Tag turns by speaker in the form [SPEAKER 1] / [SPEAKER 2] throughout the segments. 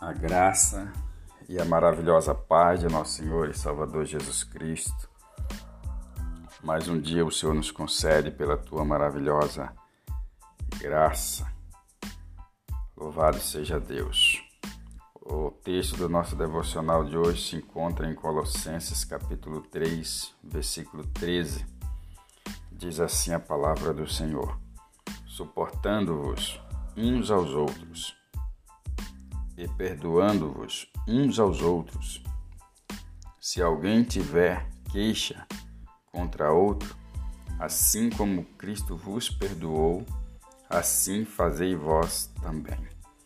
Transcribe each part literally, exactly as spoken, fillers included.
[SPEAKER 1] A graça e a maravilhosa paz de nosso Senhor e Salvador Jesus Cristo. Mais um dia o Senhor nos concede pela tua maravilhosa graça. Louvado seja Deus. O texto do nosso devocional de hoje se encontra em Colossenses capítulo três, versículo treze. Diz assim a palavra do Senhor: suportando-vos uns aos outros e perdoando-vos uns aos outros. Se alguém tiver queixa contra outro, assim como Cristo vos perdoou, assim fazei vós também.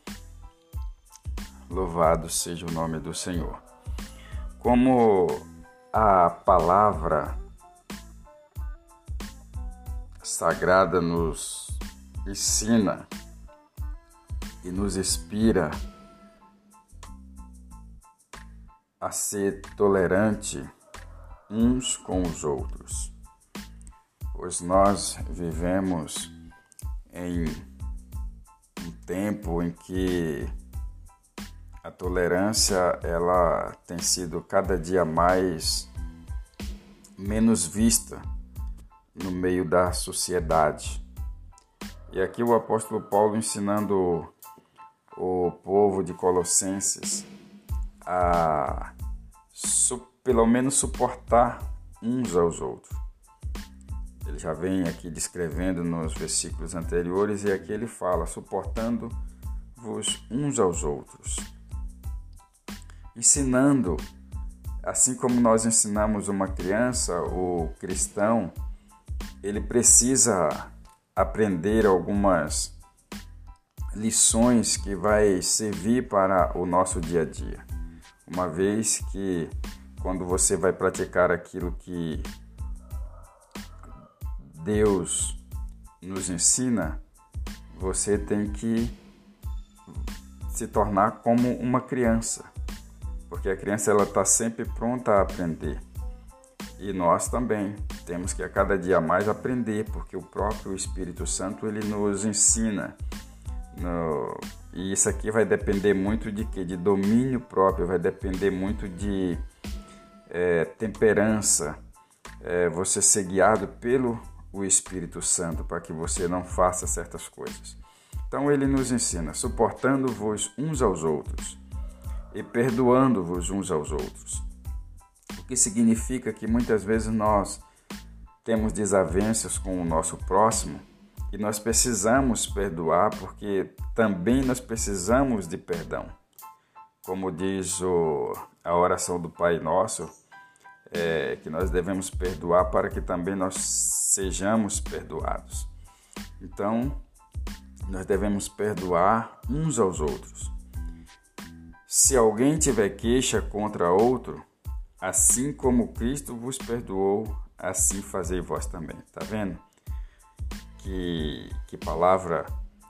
[SPEAKER 1] Louvado seja o nome do Senhor. Como a palavra sagrada nos ensina e nos inspira a ser tolerante uns com os outros, pois nós vivemos em um tempo em que a tolerância ela tem sido cada dia mais menos vista no meio da sociedade. E aqui o apóstolo Paulo ensinando o povo de Colossenses a su, pelo menos suportar uns aos outros. Ele já vem aqui descrevendo nos versículos anteriores e aqui ele fala, suportando-vos uns aos outros. Ensinando, assim como nós ensinamos uma criança, o cristão, ele precisa aprender algumas lições que vai servir para o nosso dia a dia. Uma vez que quando você vai praticar aquilo que Deus nos ensina, você tem que se tornar como uma criança, porque a criança ela está sempre pronta a aprender. E nós também temos que a cada dia mais aprender, porque o próprio Espírito Santo ele nos ensina. No, e isso aqui vai depender muito de quê? De domínio próprio, vai depender muito de é, temperança, é, você ser guiado pelo o Espírito Santo para que você não faça certas coisas. Então ele nos ensina, suportando-vos uns aos outros e perdoando-vos uns aos outros. O que significa que muitas vezes nós temos desavenças com o nosso próximo e nós precisamos perdoar porque também nós precisamos de perdão. Como diz o, a oração do Pai Nosso, é, que nós devemos perdoar para que também nós sejamos perdoados. Então, nós devemos perdoar uns aos outros. Se alguém tiver queixa contra outro, assim como Cristo vos perdoou, assim fazei vós também. Tá vendo? Que, que palavra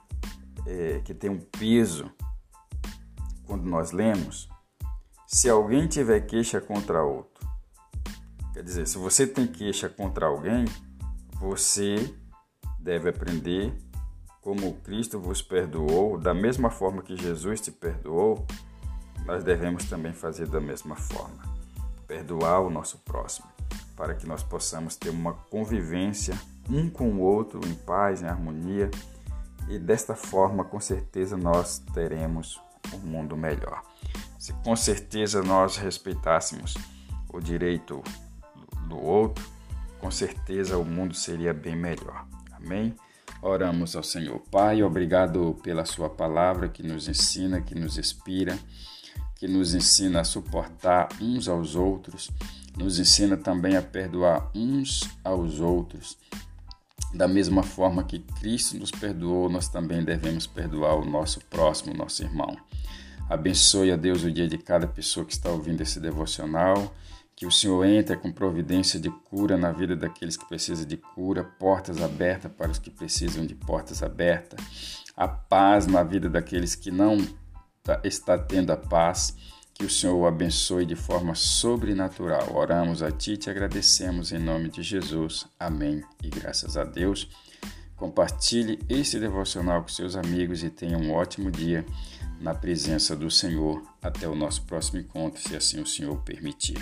[SPEAKER 1] é, que tem um peso quando nós lemos. Se alguém tiver queixa contra outro, quer dizer, se você tem queixa contra alguém, você deve aprender como Cristo vos perdoou, da mesma forma que Jesus te perdoou, nós devemos também fazer da mesma forma, perdoar o nosso próximo, para que nós possamos ter uma convivência um com o outro em paz, em harmonia, e desta forma, com certeza, nós teremos um mundo melhor. Se com certeza nós respeitássemos o direito do outro, com certeza o mundo seria bem melhor. Amém? Oramos ao Senhor. Pai, obrigado pela sua palavra que nos ensina, que nos inspira, que nos ensina a suportar uns aos outros, nos ensina também a perdoar uns aos outros. Da mesma forma que Cristo nos perdoou, nós também devemos perdoar o nosso próximo, o nosso irmão. Abençoe a Deus o dia de cada pessoa que está ouvindo esse devocional, que o Senhor entre com providência de cura na vida daqueles que precisam de cura, portas abertas para os que precisam de portas abertas, a paz na vida daqueles que não está tendo a paz, que o Senhor o abençoe de forma sobrenatural. Oramos a Ti e te agradecemos em nome de Jesus. Amém. E graças a Deus. Compartilhe esse devocional com seus amigos e tenha um ótimo dia na presença do Senhor até o nosso próximo encontro, se assim o Senhor permitir.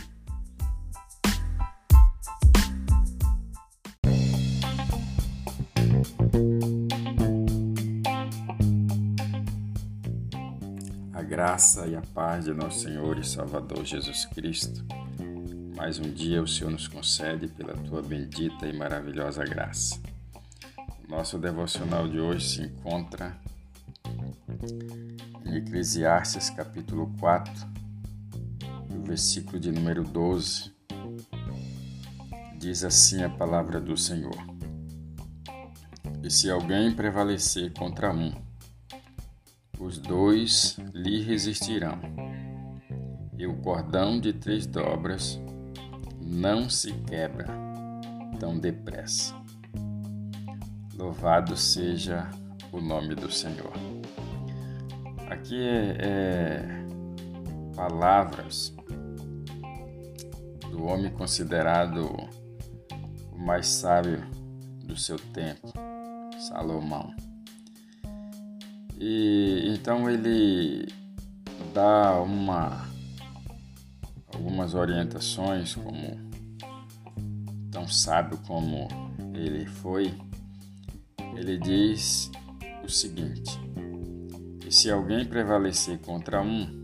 [SPEAKER 1] A graça e a paz de nosso Senhor e Salvador Jesus Cristo. Mais um dia o Senhor nos concede pela tua bendita e maravilhosa graça. O nosso devocional de hoje se encontra em Eclesiastes capítulo quatro, o versículo de número doze. Diz assim a palavra do Senhor: E se alguém prevalecer contra um, os dois lhe resistirão, e o cordão de três dobras não se quebra tão depressa. Louvado seja o nome do Senhor. Aqui é, é palavras do homem considerado o mais sábio do seu tempo, Salomão. E então ele dá uma algumas orientações, como tão sábio como ele foi. Ele diz o seguinte: e se alguém prevalecer contra um,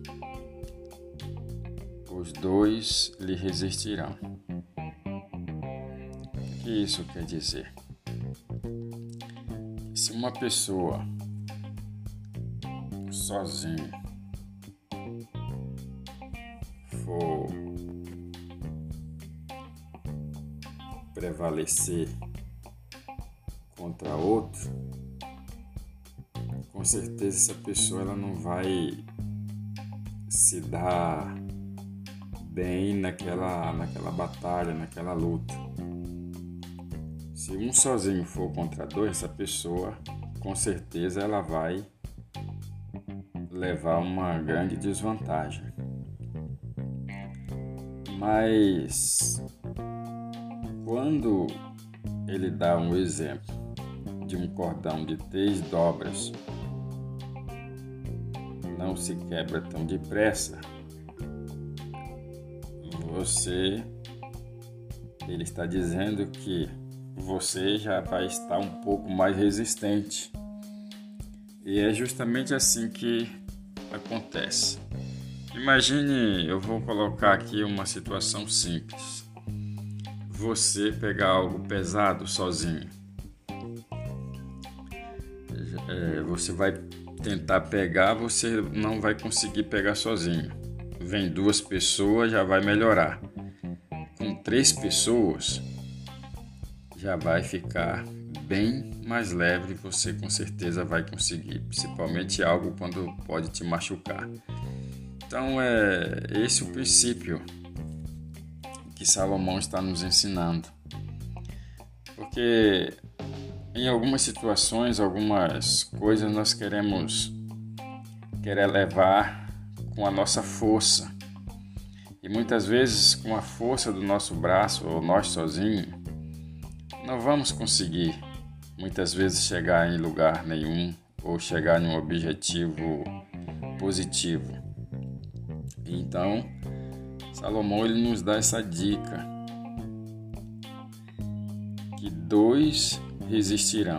[SPEAKER 1] os dois lhe resistirão. O que isso quer dizer? Se uma pessoa sozinha for prevalecer contra outro, com certeza essa pessoa ela não vai se dar bem naquela, naquela batalha, naquela luta. Se um sozinho for contra dois, essa pessoa com certeza ela vai levar uma grande desvantagem. Mas quando ele dá um exemplo de um cordão de três dobras não se quebra tão depressa, você, ele está dizendo que você já vai estar um pouco mais resistente. E é justamente assim que acontece. Imagine, eu vou colocar aqui uma situação simples. Você pegar algo pesado sozinho. É, você vai tentar pegar, você não vai conseguir pegar sozinho. Vem duas pessoas, já vai melhorar. Com três pessoas, já vai ficar bem mais leve, você com certeza vai conseguir, principalmente algo quando pode te machucar. Então é esse o princípio que Salomão está nos ensinando, porque em algumas situações, algumas coisas nós queremos querer levar com a nossa força, e muitas vezes com a força do nosso braço ou nós sozinhos não vamos conseguir muitas vezes chegar em lugar nenhum ou chegar em um objetivo positivo. Então, Salomão ele nos dá essa dica, que dois resistirão,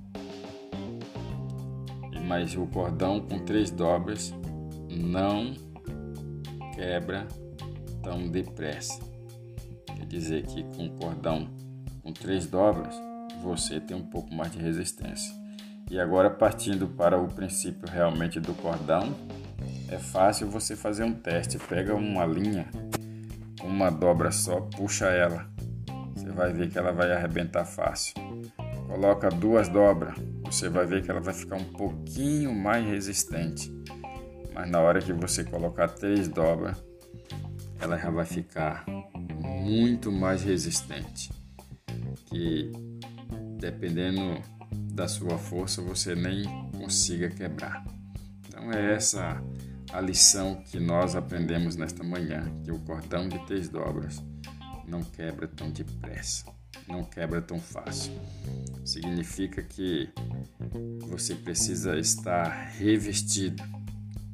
[SPEAKER 1] mas o cordão com três dobras não quebra tão depressa. Quer dizer que com o cordão com três dobras, você tem um pouco mais de resistência. E agora, partindo para o princípio realmente do cordão, é fácil você fazer um teste. Pega uma linha, uma dobra só, puxa ela. Você vai ver que ela vai arrebentar fácil. Coloca duas dobras, você vai ver que ela vai ficar um pouquinho mais resistente. Mas na hora que você colocar três dobras, ela já vai ficar muito mais resistente, que dependendo da sua força você nem consiga quebrar. Então é essa a lição que nós aprendemos nesta manhã, que o cordão de três dobras não quebra tão depressa, não quebra tão fácil. Significa que você precisa estar revestido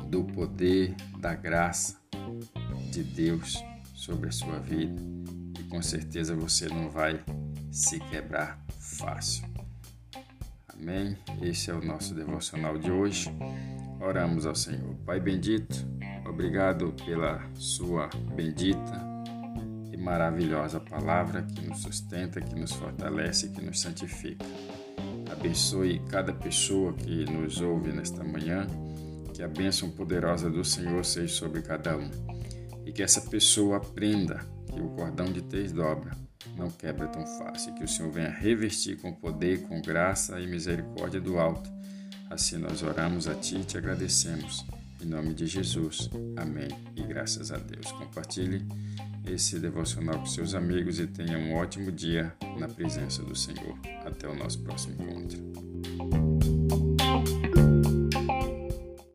[SPEAKER 1] do poder, da graça de Deus sobre a sua vida. E com certeza você não vai se quebrar fácil. Amém? Esse é o nosso devocional de hoje. Oramos ao Senhor. Pai bendito, obrigado pela sua bendita e maravilhosa palavra que nos sustenta, que nos fortalece e que nos santifica. Abençoe cada pessoa que nos ouve nesta manhã, que a bênção poderosa do Senhor seja sobre cada um e que essa pessoa aprenda que o cordão de três dobras não quebra tão fácil, que o Senhor venha revestir com poder, com graça e misericórdia do alto. Assim nós oramos a Ti e Te agradecemos. Em nome de Jesus. Amém. E graças a Deus. Compartilhe esse devocional com seus amigos e tenha um ótimo dia na presença do Senhor. Até o nosso próximo encontro.